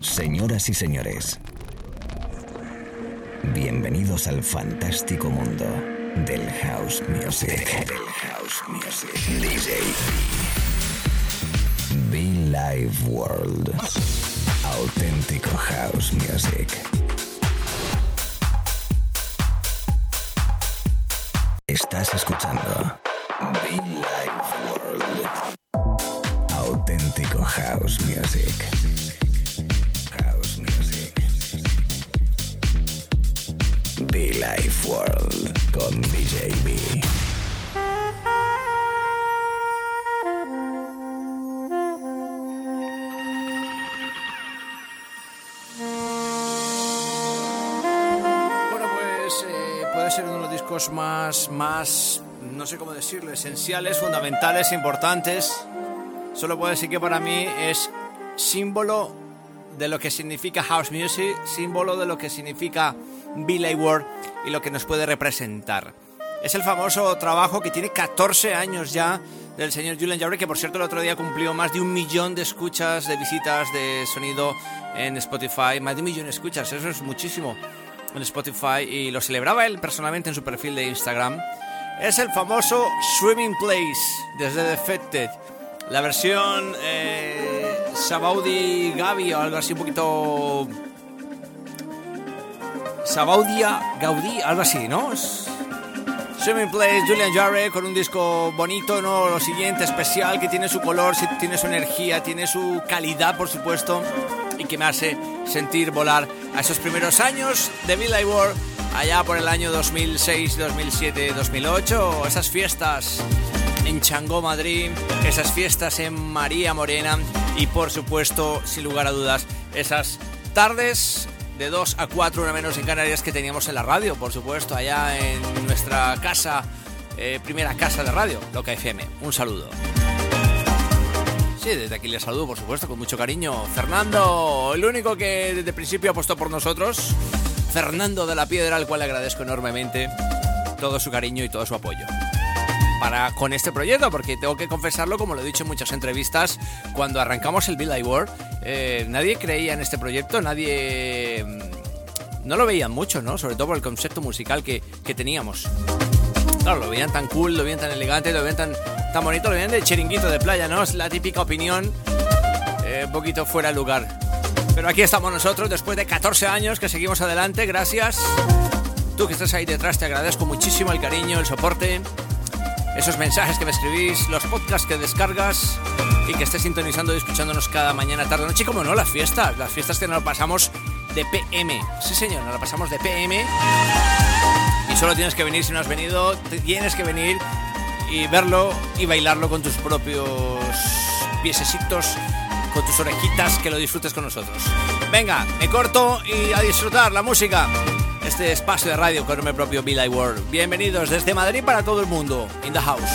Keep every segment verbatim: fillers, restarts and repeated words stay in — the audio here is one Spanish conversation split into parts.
Señoras y señores, bienvenidos al fantástico mundo del house music. Del house music. D J Be Live World. Auténtico house music. Estás escuchando Be Live World. Auténtico house music. House music. Be Live World con D J B. Ser uno de los discos más, más, no sé cómo decirlo, esenciales, fundamentales, importantes. Solo puedo decir que para mí es símbolo de lo que significa house music, símbolo de lo que significa Be Live World y lo que nos puede representar. Es el famoso trabajo que tiene catorce años ya del señor Julian Jauregui, que por cierto el otro día cumplió más de un millón de escuchas, de visitas de sonido en Spotify, más de un millón de escuchas, eso es muchísimo en Spotify, y lo celebraba él personalmente en su perfil de Instagram. Es el famoso Swimming Place desde Defected, la versión eh, Sabaudi Gavi o algo así, un poquito Sabaudia Gaudí, algo así, ¿no? Swimming Place, Julian Jauregui, con un disco bonito, ¿no? Lo siguiente, especial, que tiene su color, tiene su energía, tiene su calidad, por supuesto, y que me hace sentir volar a esos primeros años de Be Live World, allá por el año dos mil seis, dos mil siete, dos mil ocho, esas fiestas en Changó, Madrid, esas fiestas en María Morena y, por supuesto, sin lugar a dudas, esas tardes de dos a cuatro, una menos en Canarias, que teníamos en la radio, por supuesto, allá en nuestra casa, eh, primera casa de radio, Loca F M. Un saludo. Sí, desde aquí les saludo, por supuesto, con mucho cariño. Fernando, el único que desde el principio apostó por nosotros. Fernando de la Piedra, al cual le agradezco enormemente todo su cariño y todo su apoyo para con este proyecto, porque tengo que confesarlo, como lo he dicho en muchas entrevistas, cuando arrancamos el Be Live World, eh, nadie creía en este proyecto, nadie... no lo veían mucho, ¿no? Sobre todo por el concepto musical que, que teníamos. Claro, lo veían tan cool, lo veían tan elegante, lo veían tan, tan bonito, lo veían de chiringuito de playa, ¿no? Es la típica opinión, eh, un poquito fuera de lugar. Pero aquí estamos nosotros, después de catorce años, que seguimos adelante, gracias. Tú que estás ahí detrás, te agradezco muchísimo el cariño, el soporte, esos mensajes que me escribís, los podcasts que descargas y que estés sintonizando y escuchándonos cada mañana, tarde, noche, y como no, las fiestas, las fiestas que nos pasamos de P M. Sí, señor, nos la pasamos de P M. Y solo tienes que venir, si no has venido, tienes que venir y verlo y bailarlo con tus propios piececitos, con tus orejitas, que lo disfrutes con nosotros. Venga, me corto y a disfrutar la música. Este espacio de radio con nombre propio, Be Live World. Bienvenidos desde Madrid para todo el mundo. In the house.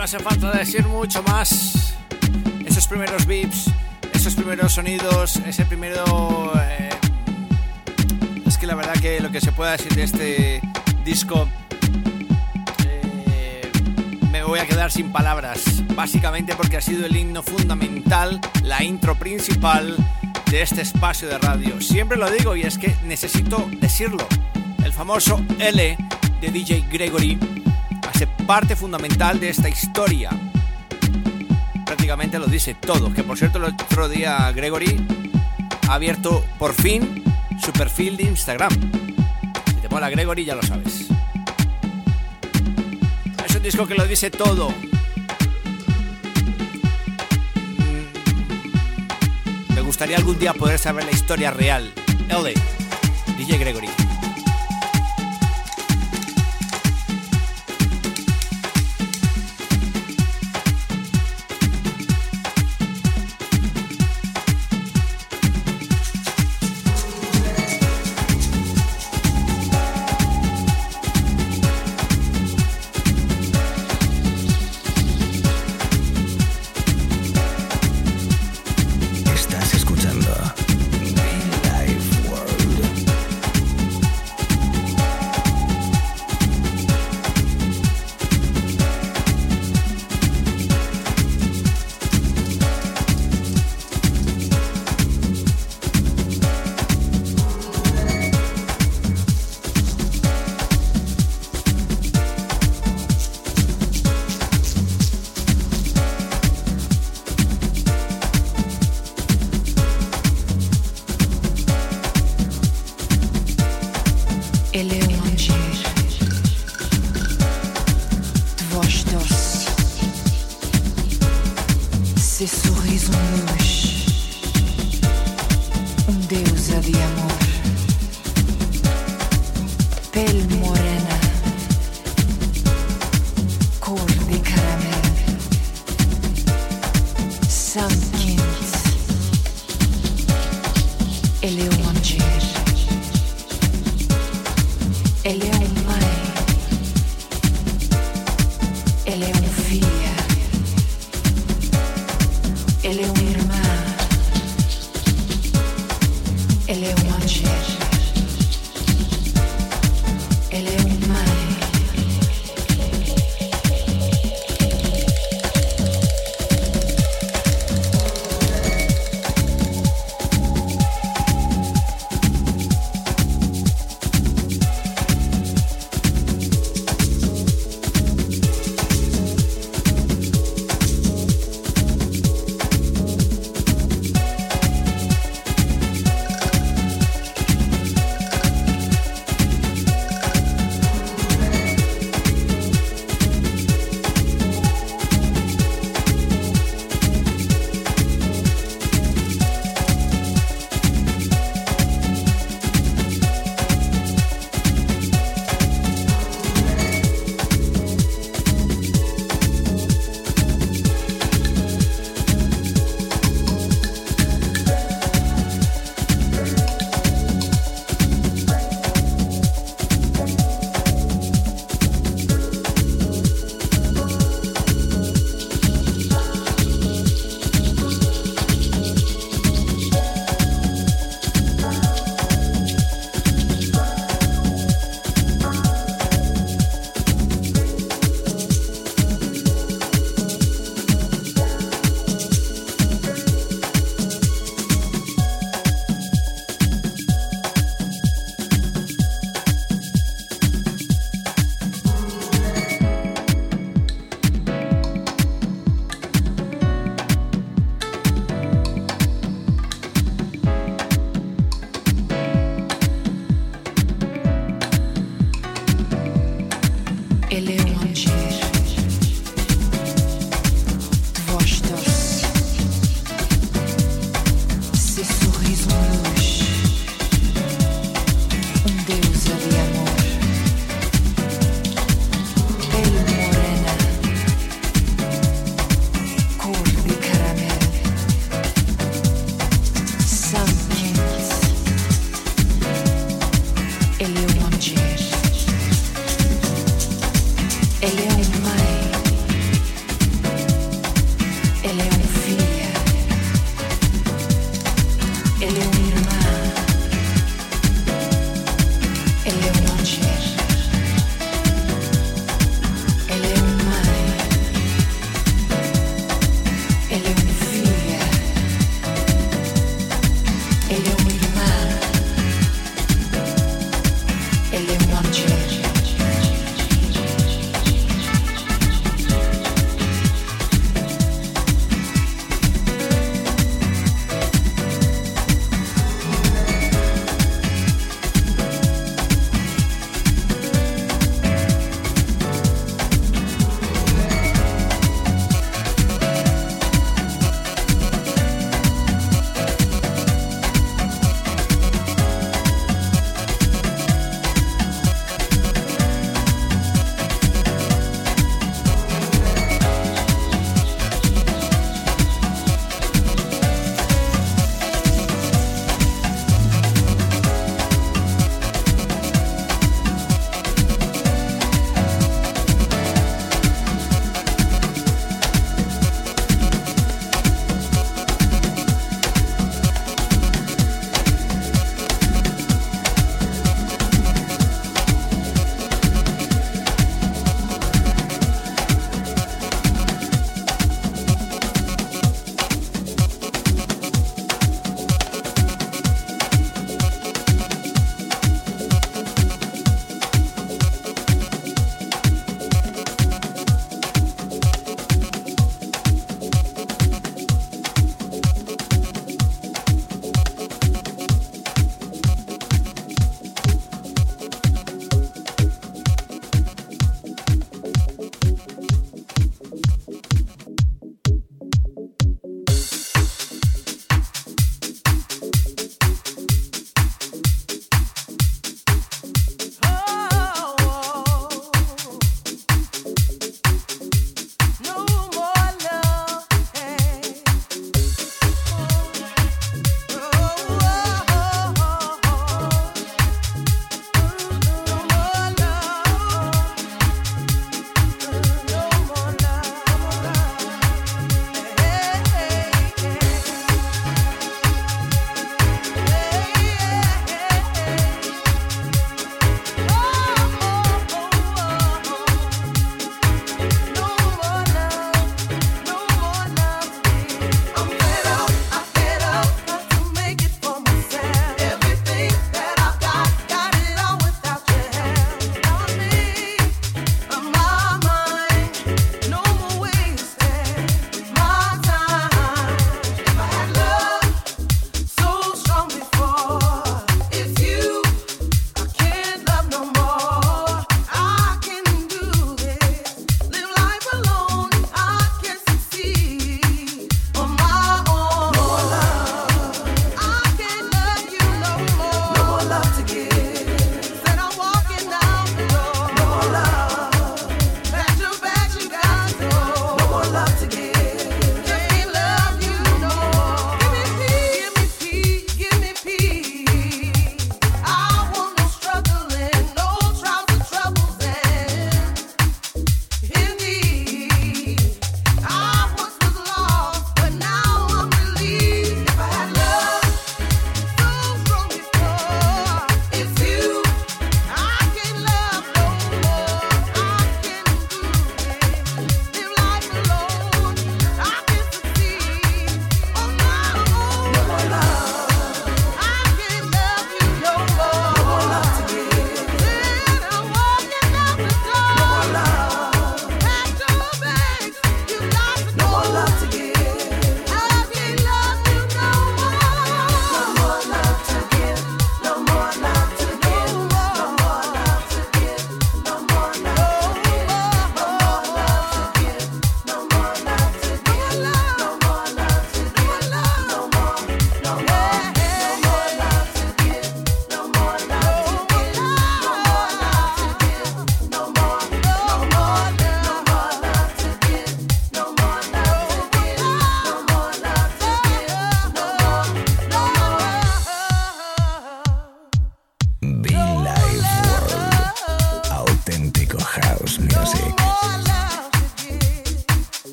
no hace falta decir mucho más. Esos primeros beeps, esos primeros sonidos, ese primero... Eh, es que la verdad que lo que se pueda decir de este disco... Eh, me voy a quedar sin palabras. Básicamente porque ha sido el himno fundamental, la intro principal de este espacio de radio. Siempre lo digo y es que necesito decirlo. El famoso L de D J Gregory hace parte fundamental de esta historia. Prácticamente lo dice todo. Que por cierto el otro día Gregory ha abierto por fin su perfil de Instagram. Si te mola Gregory ya lo sabes. Es un disco que lo dice todo. Me gustaría algún día poder saber la historia real. L, D J Gregory.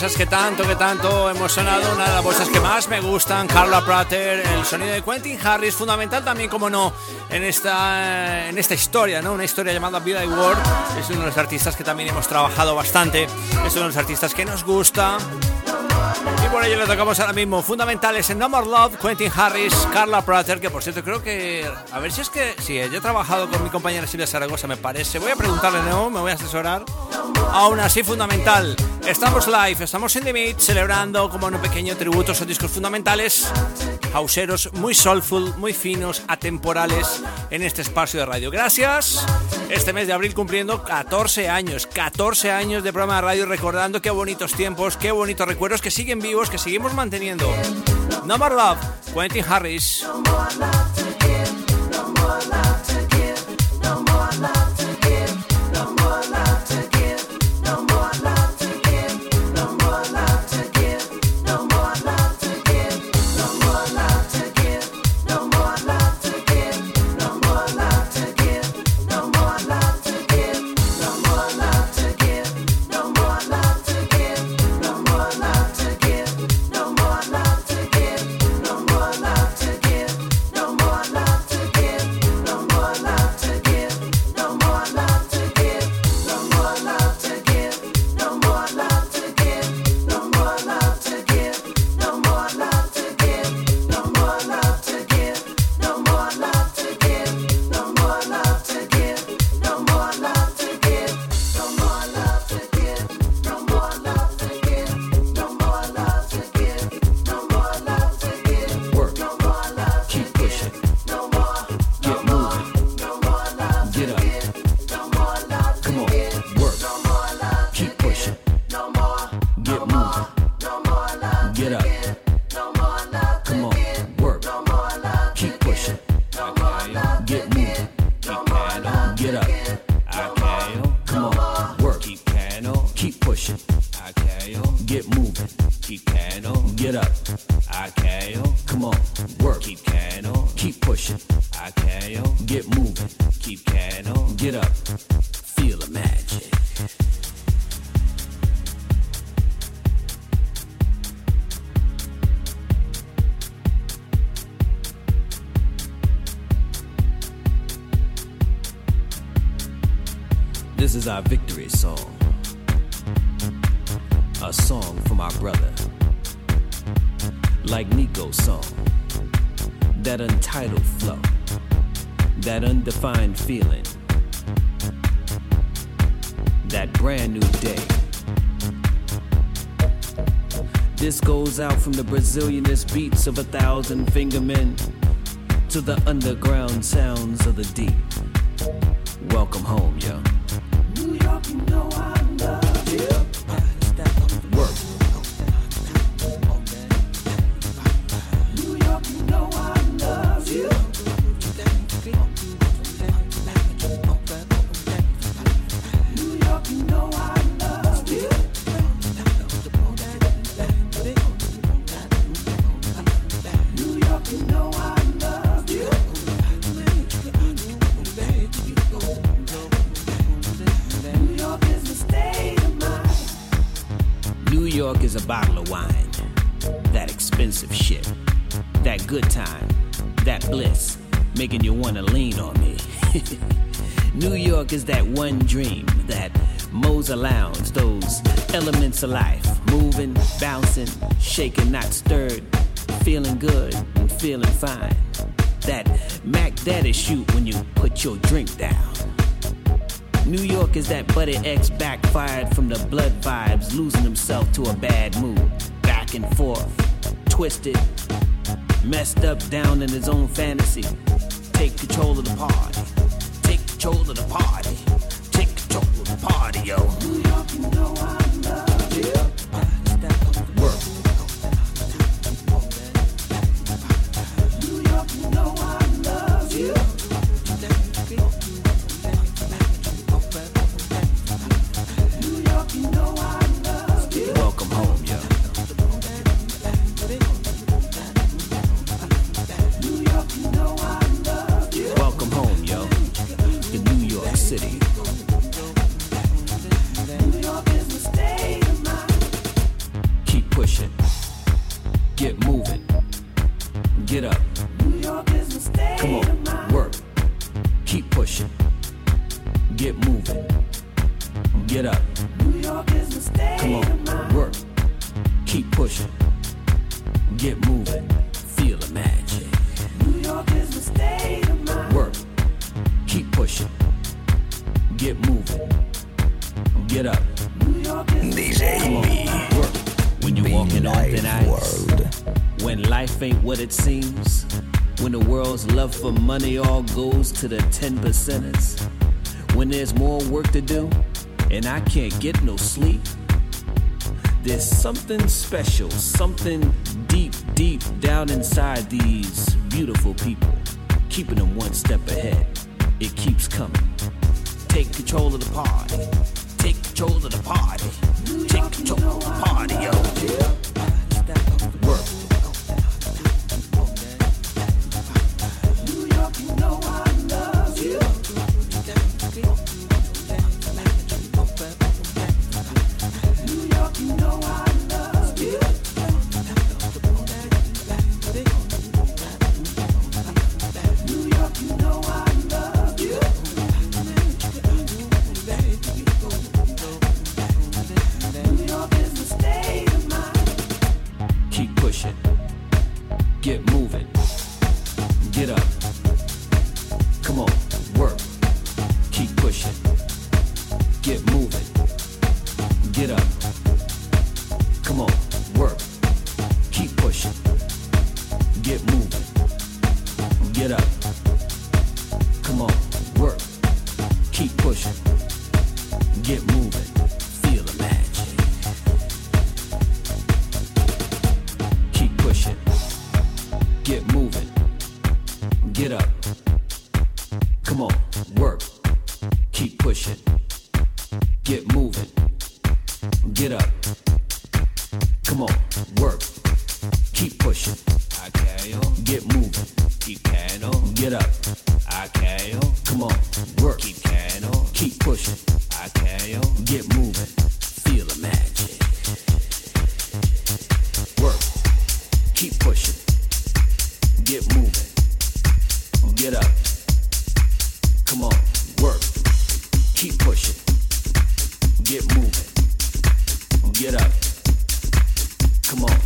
esas que tanto, que tanto hemos sonado, una de las bolsas que más me gustan, Carla Prater, el sonido de Quentin Harris, fundamental también, como no, en esta, en esta historia, ¿no? Una historia llamada Vida y World. Es uno de los artistas que también hemos trabajado bastante, es uno de los artistas que nos gusta. Y por ello le tocamos ahora mismo fundamentales en No More Love, Quentin Harris, Carla Prater, que por cierto creo que, a ver si es que, sí, yo he trabajado con mi compañera Silvia Zaragoza, me parece, voy a preguntarle, no, me voy a asesorar. Aún así, fundamental, estamos live, estamos en The Meet, celebrando como un pequeño tributo a esos discos fundamentales, houseeros, muy soulful, muy finos, atemporales en este espacio de radio. Gracias. Este mes de abril cumpliendo catorce años, catorce años de programa de radio, recordando qué bonitos tiempos, qué bonitos recuerdos que siguen vivos, que seguimos manteniendo. No More Love, Quentin Harris. This is our victory song, a song from our brother, like Nico's song, that untitled flow, that undefined feeling, that brand new day. This goes out from the Brazilianist beats of a thousand fingermen to the underground sounds of the deep. Welcome home, yo. New York, you know I love you. Work. New York, you know I love you. New York, you know I love you. New York, you know I love you. New York is a bottle of wine, that expensive shit, that good time, that bliss, making you wanna lean on me. New York is that one dream that mows around those elements of life, moving, bouncing, shaking, not stirred, feeling good and feeling fine. That Mac Daddy shoot when you put your drink down. New York is that Buddy X backfired from the blood vibes, losing himself to a bad mood. Back and forth, twisted, messed up down in his own fantasy. Take control of the party. Take control of the party. Take control of the party, yo. New York, you know I love you. Work. New York, you know I love you. Welcome home, yo. New York, you know I love you. Welcome home, yo. To New York City. New York is the state. Get moving. Get up. New York is the state Come of on, mind. work. Keep pushing. Get moving. Get up. New York is the state Come of on, mind. work. Keep pushing. Get moving. Feel the magic. New York is the state of mind. Work. Keep pushing. Get moving. Get up. New York is the D state J of B. mind. Work. When you're walking on thin Life ice. World. When life ain't what it seems. When the world's love for money all goes to the ten percenters. When there's more work to do and I can't get no sleep. There's something special, something deep, deep down inside these beautiful people, keeping them one step ahead. It keeps coming. Take control of the party. Take control of the party. Take control of the party, yo. Work. New York, you know I love you. New York, you know I love you. New York, you know I love you. New York is the state of mind. Keep pushing. Get moving. Get up. Come on, work. Keep pushing. Get moving. Get up. Come on, work. Keep pushing. Get moving. Get up. Come on, work. Keep pushing. Get moving. Feel the magic. Keep pushing. Get moving. Get up. Come on, work. Keep pushing. Get moving. Get up. Come on, work. Keep pushing. I carry on. Get moving. Keep carrying on. Get up. I carry on. Come on, work. Keep carrying on. Keep pushing. I carry on. Get moving. Feel the magic. Work. Keep pushing. Get moving. Get up. Come on, work. Keep pushing. Get moving. Get up. Come on.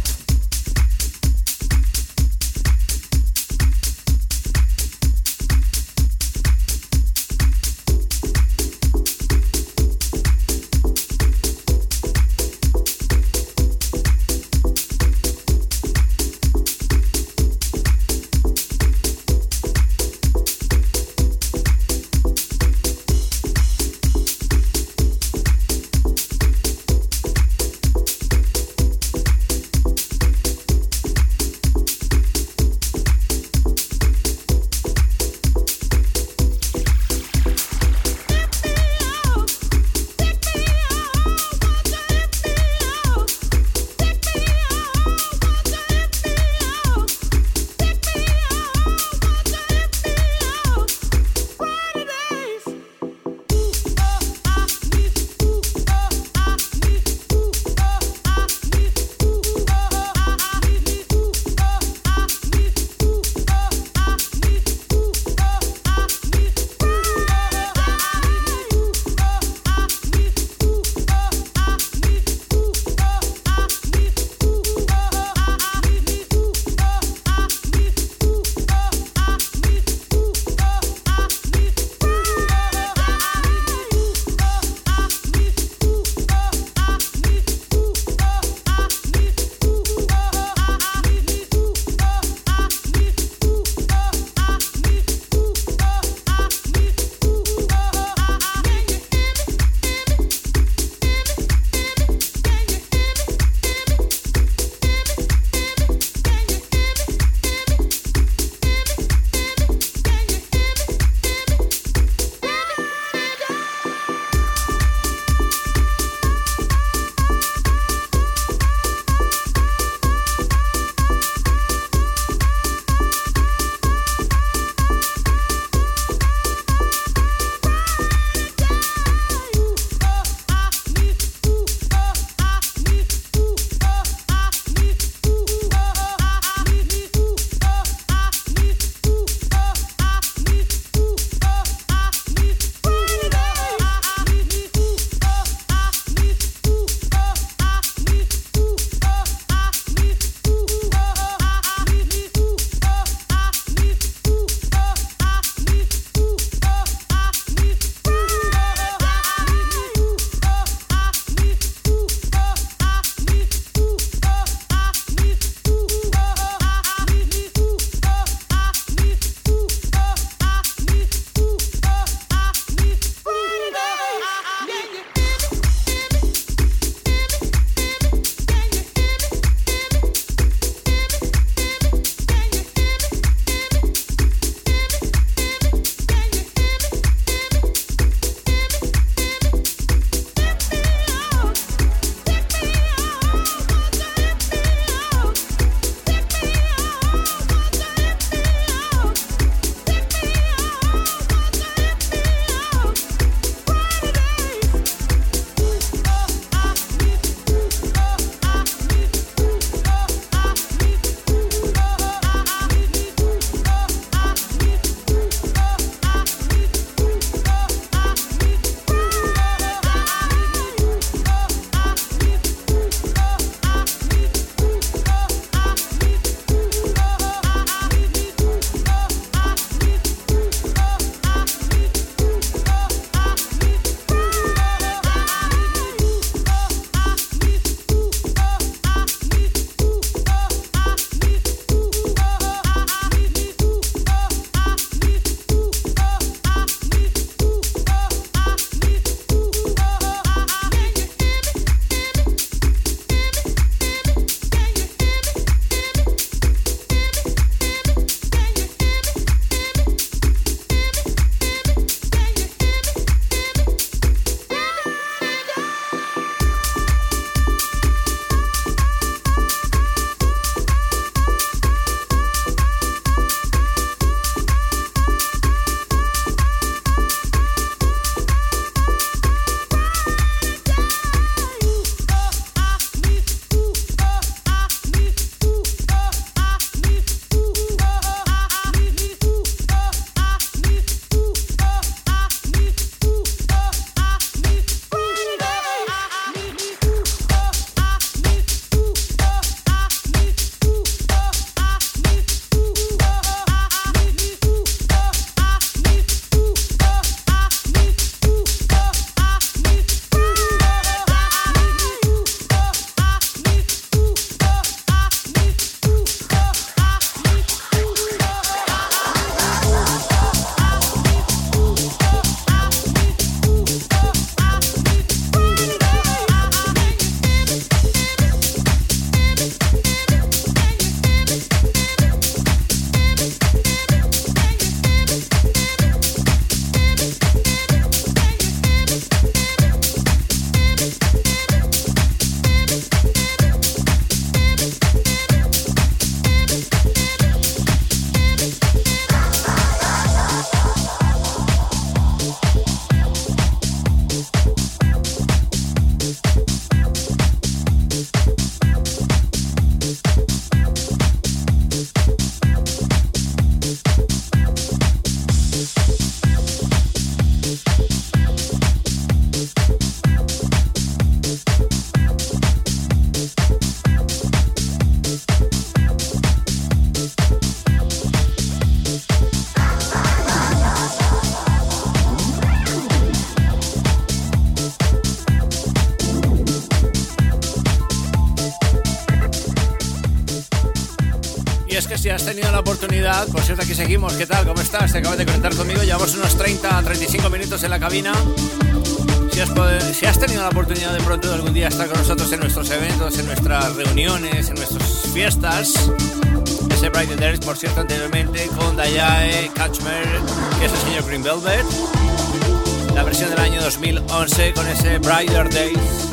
Y es que si has tenido la oportunidad, por cierto, aquí seguimos. ¿Qué tal? ¿Cómo estás? Te acabas de conectar conmigo. Llevamos unos treinta a treinta y cinco minutos en la cabina. Si has, si has tenido la oportunidad de pronto de algún día estar con nosotros en nuestros eventos, en nuestras reuniones, en nuestras fiestas, ese Brighter Days, por cierto, anteriormente con Dayae Kachmer, que es el señor Green Velvet, la versión del año dos mil once con ese Brighter Days,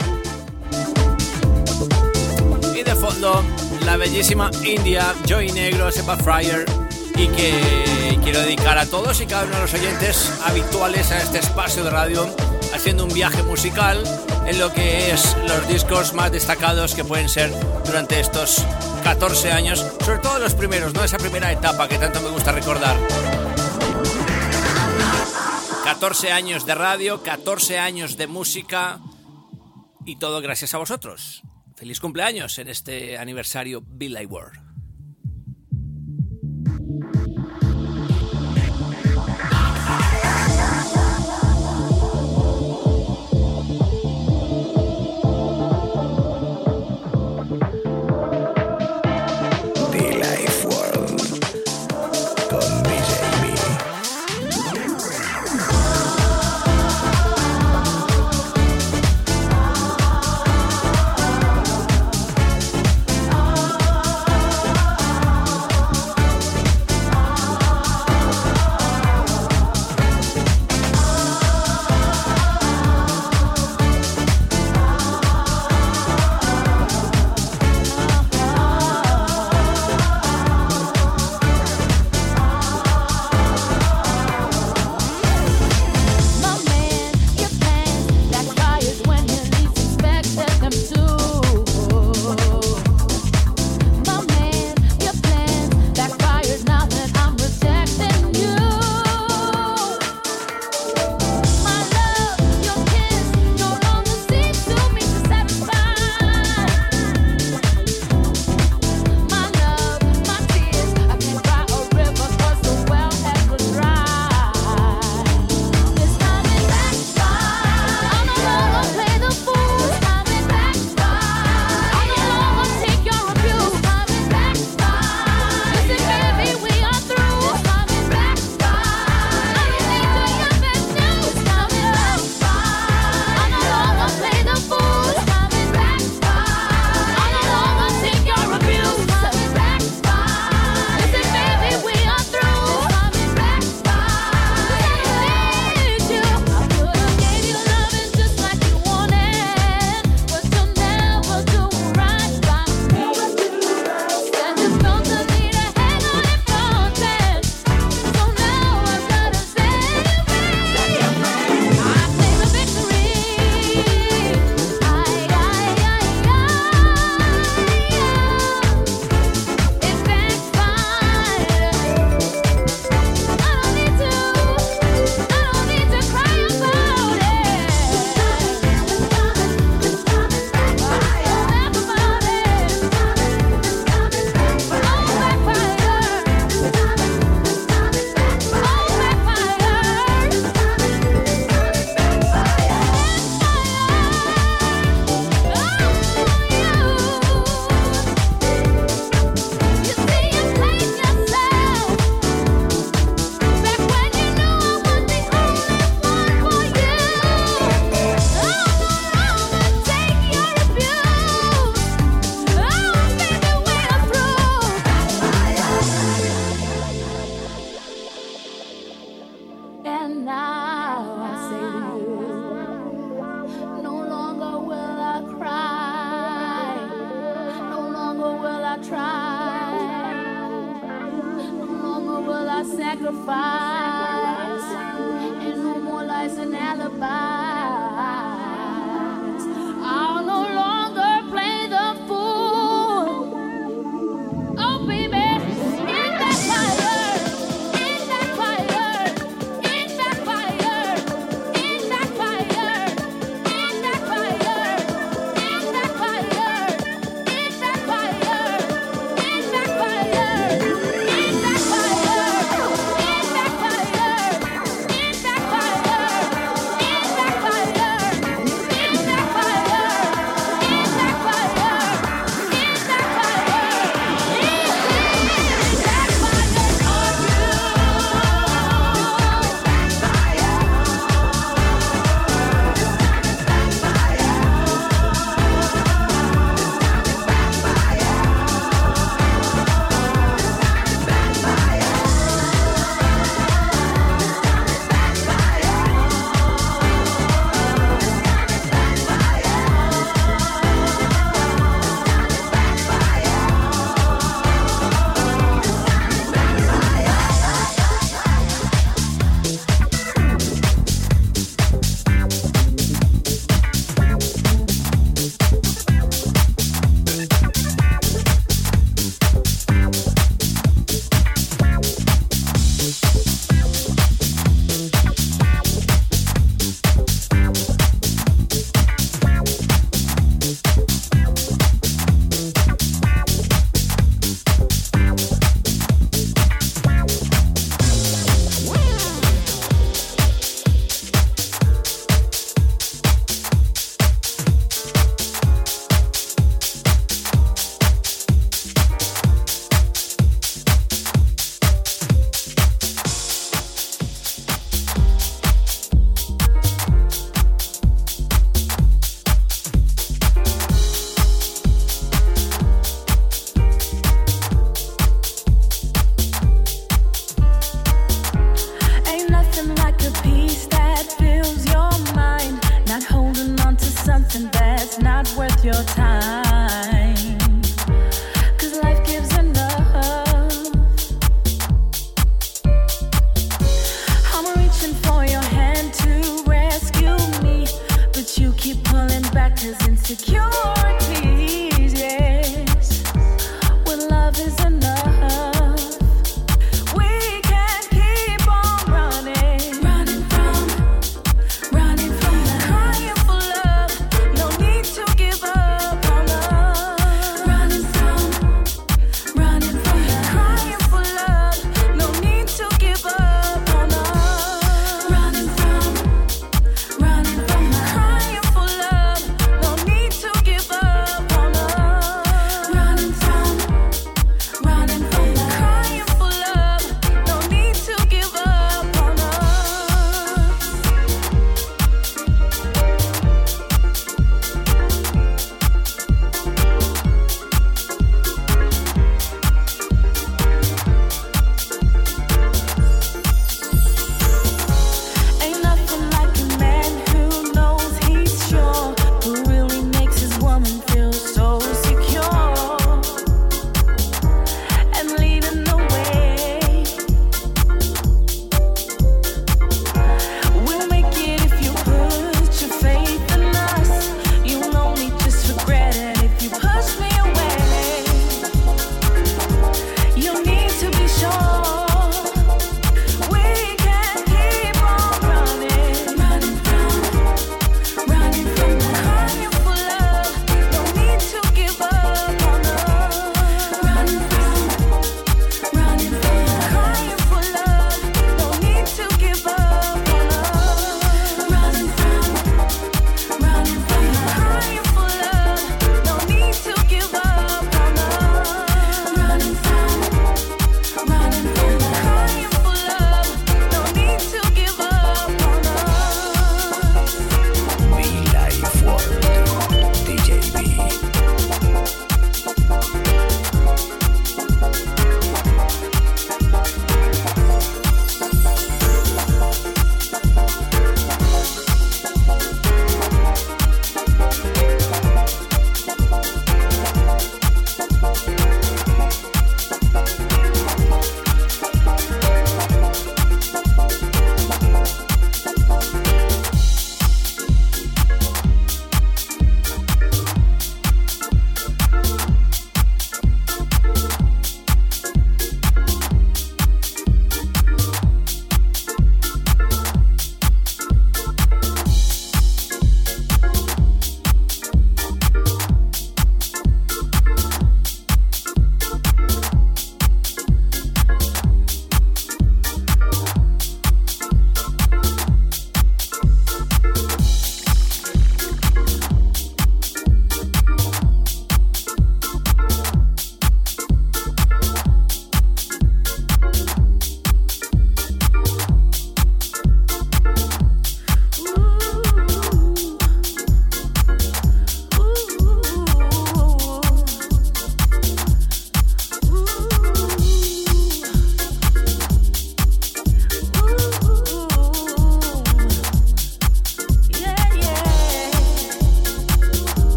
y de fondo la bellísima India, Joy Negro, Sepa Fryer, y que quiero dedicar a todos y cada uno de los oyentes habituales a este espacio de radio, haciendo un viaje musical en lo que es los discos más destacados que pueden ser durante estos catorce años, sobre todo los primeros, ¿no? Esa primera etapa que tanto me gusta recordar. catorce años de radio, catorce años de música, y todo gracias a vosotros. Feliz cumpleaños en este aniversario Be Like World. Run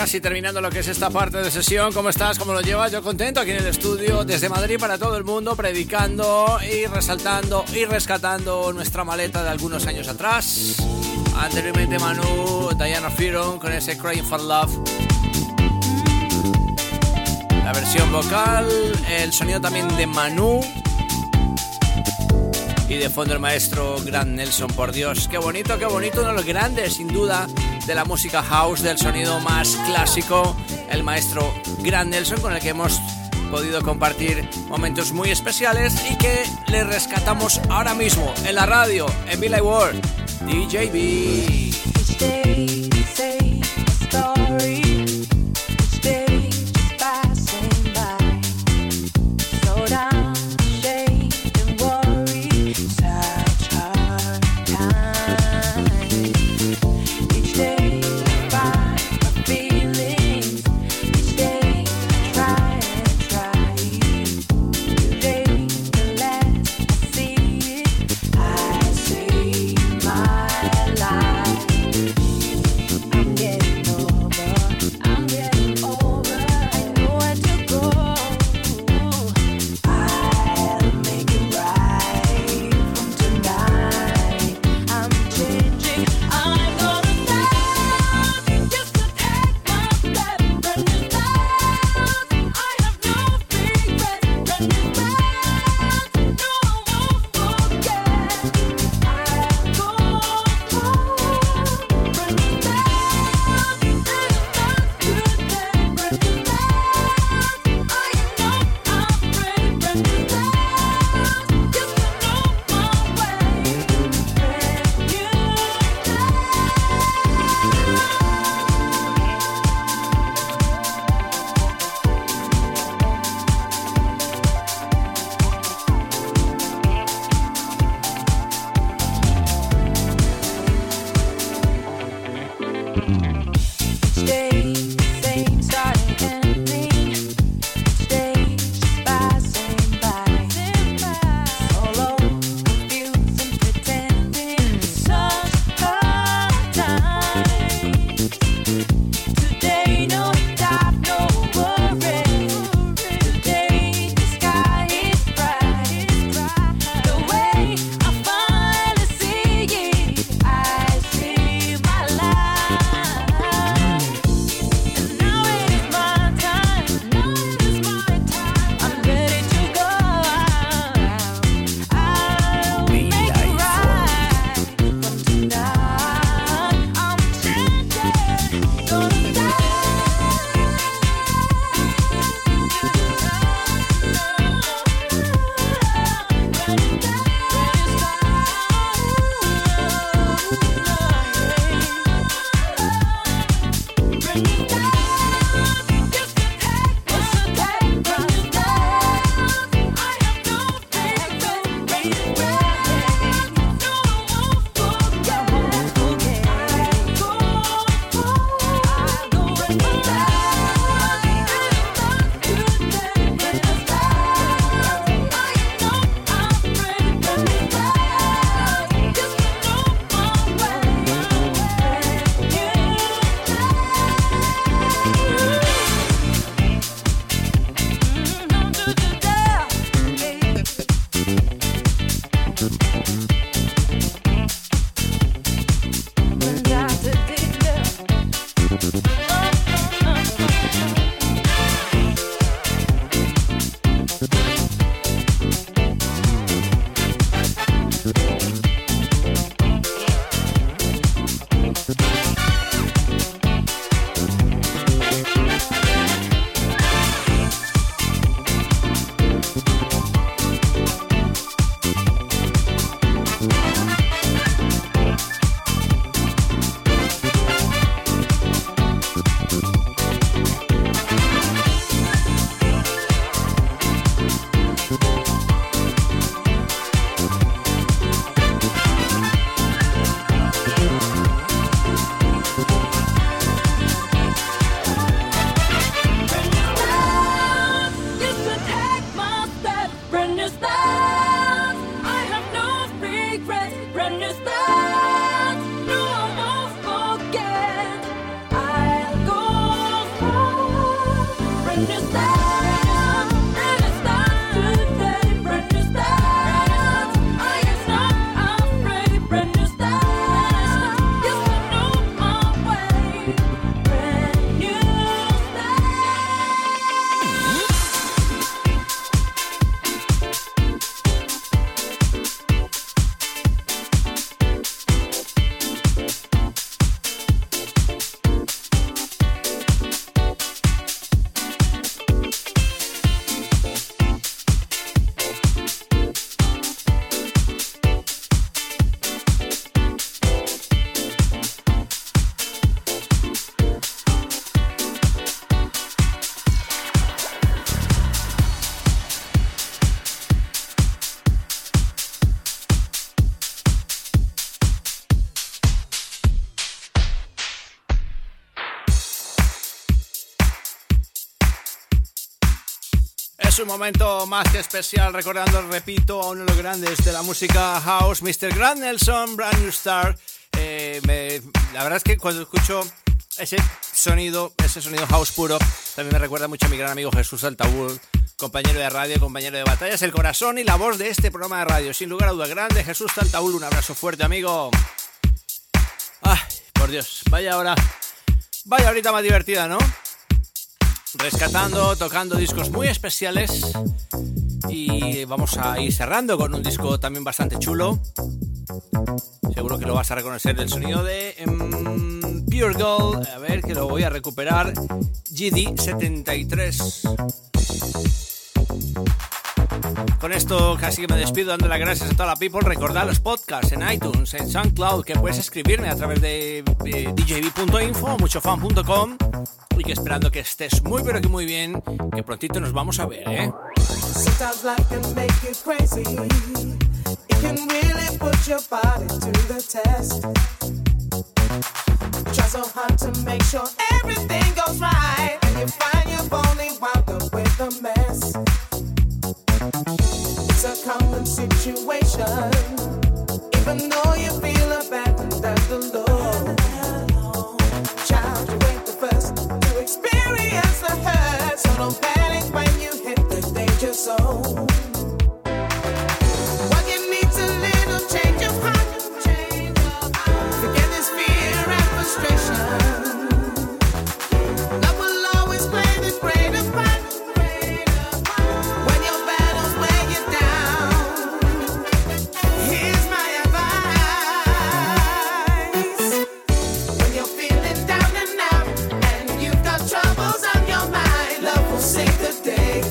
casi terminando lo que es esta parte de sesión. ¿Cómo estás? ¿Cómo lo llevas? Yo contento aquí en el estudio desde Madrid para todo el mundo, predicando y resaltando y rescatando nuestra maleta de algunos años atrás. Anteriormente Manu, Diana Fearon con ese Crying for Love. La versión vocal, el sonido también de Manu. Y de fondo el maestro Grant Nelson, por Dios, qué bonito, qué bonito, uno de los grandes, sin duda, de la música house, del sonido más clásico, el maestro Grant Nelson, con el que hemos podido compartir momentos muy especiales y que le rescatamos ahora mismo en la radio, en Be Like World, D J B. I es un momento más que especial recordando, repito, a uno de los grandes de la música house, mister Grant Nelson, Brand New Star. Eh, me, la verdad es que cuando escucho ese sonido, ese sonido house puro, también me recuerda mucho a mi gran amigo Jesús Altaúl, compañero de radio, compañero de batallas, el corazón y la voz de este programa de radio. Sin lugar a duda, grande Jesús Altaúl, un abrazo fuerte, amigo. Ay, por Dios, vaya hora, vaya horita más divertida, ¿no? Rescatando, tocando discos muy especiales y vamos a ir cerrando con un disco también bastante chulo. Seguro que lo vas a reconocer del sonido de um, Pure Gold. A ver, que lo voy a recuperar. G D setenta y tres. Con esto casi que me despido dando las gracias a toda la people. Recordad los podcasts en iTunes, en SoundCloud, que puedes escribirme a través de eh, d j b punto info o mucho fan punto com. Y que esperando que estés muy pero que muy bien, que prontito nos vamos a ver, ¿eh? Sometimes life can make you crazy. It can really put your body to the test. Try so hard to make sure everything goes right, and you find you've only wound up with a mess. It's a common situation, even though you feel abandoned and alone. Child, you ain't the first to experience the hurt, so don't panic when you hit the danger zone. What you need's a little change of heart. Forget this fear and frustration. Love will always play the greater part. When your battles weigh you down, here's my advice. When you're feeling down and out, and you've got troubles on your mind, love will save the day.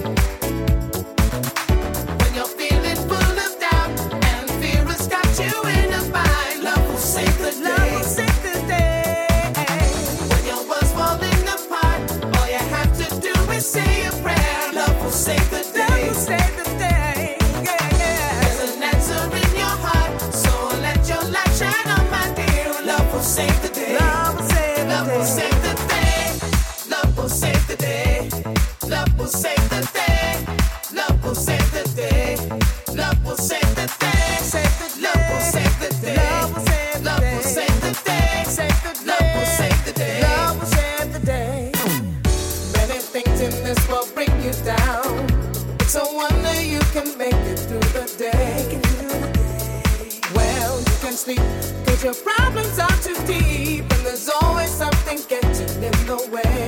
When you're feeling full of doubt, and fear has got you in a bind, love will save the day. Love will save the day. When your world's falling apart, all you have to do is say a prayer. Love will save the day. Love will save the day. Yeah, yeah. There's an answer in your heart, so let your light shine on, my dear. Love will save the day. Love will save the day. Love will save the day. Love will save the day. Love will save the day. Love will save the day. Love will save the day. Save the day. Love will save the day. Love will save the day. Love will save the day. Save the day. Love will save the day. Love will save the day. Many things in this world bring you down. It's a wonder you can make it through the day. Well, you can sleep, cause your problems are too deep, and there's always something getting in the way.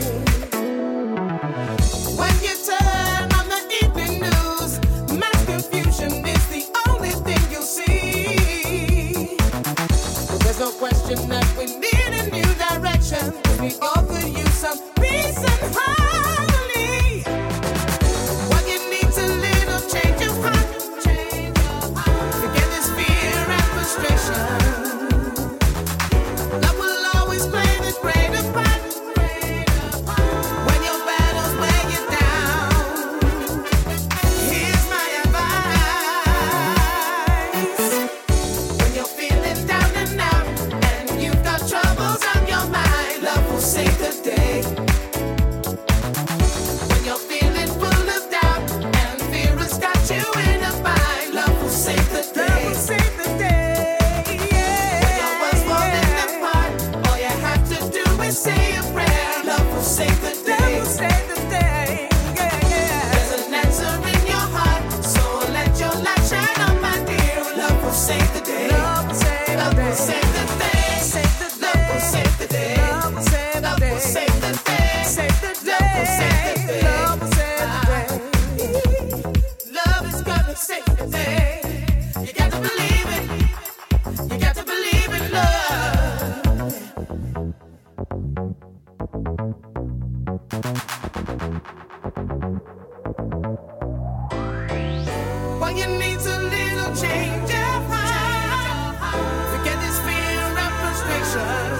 When you turn on the evening news, mass confusion is the only thing you'll see. But there's no question that we need a new direction. We all could use some peace and harmony. What you need's a little change of heart. Forget this fear and frustration. Love will always play the greater part. When your battles weigh you down, here's my advice. When you're feeling down and out, and you've got troubles on your mind, love will save the day. When you're feeling full of doubt, and fear has got you in a bind, love will save the day. Love will save the day. Yeah. When your world's falling apart, all you have to do is say a prayer. Love will save the day. Love will save the day. Yeah, yeah. There's an answer in your heart, so let your light shine on, my dear. Love will save the day. Love will save the day. Love will save the day. Save the day. Love will save the day. Love will save the day. Love will save the day. Save the day. Love will save the day. Love is gonna save the day. You got to believe it. You got to believe in love. What you need's a little change of heart. Forget this fear and frustration.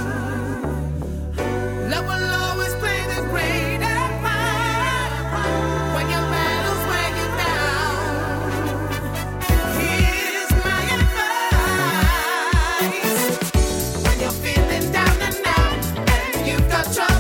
Love will always play the greater part. When your battles weigh you down, here's my advice. When you're feeling down and out, and you've got trouble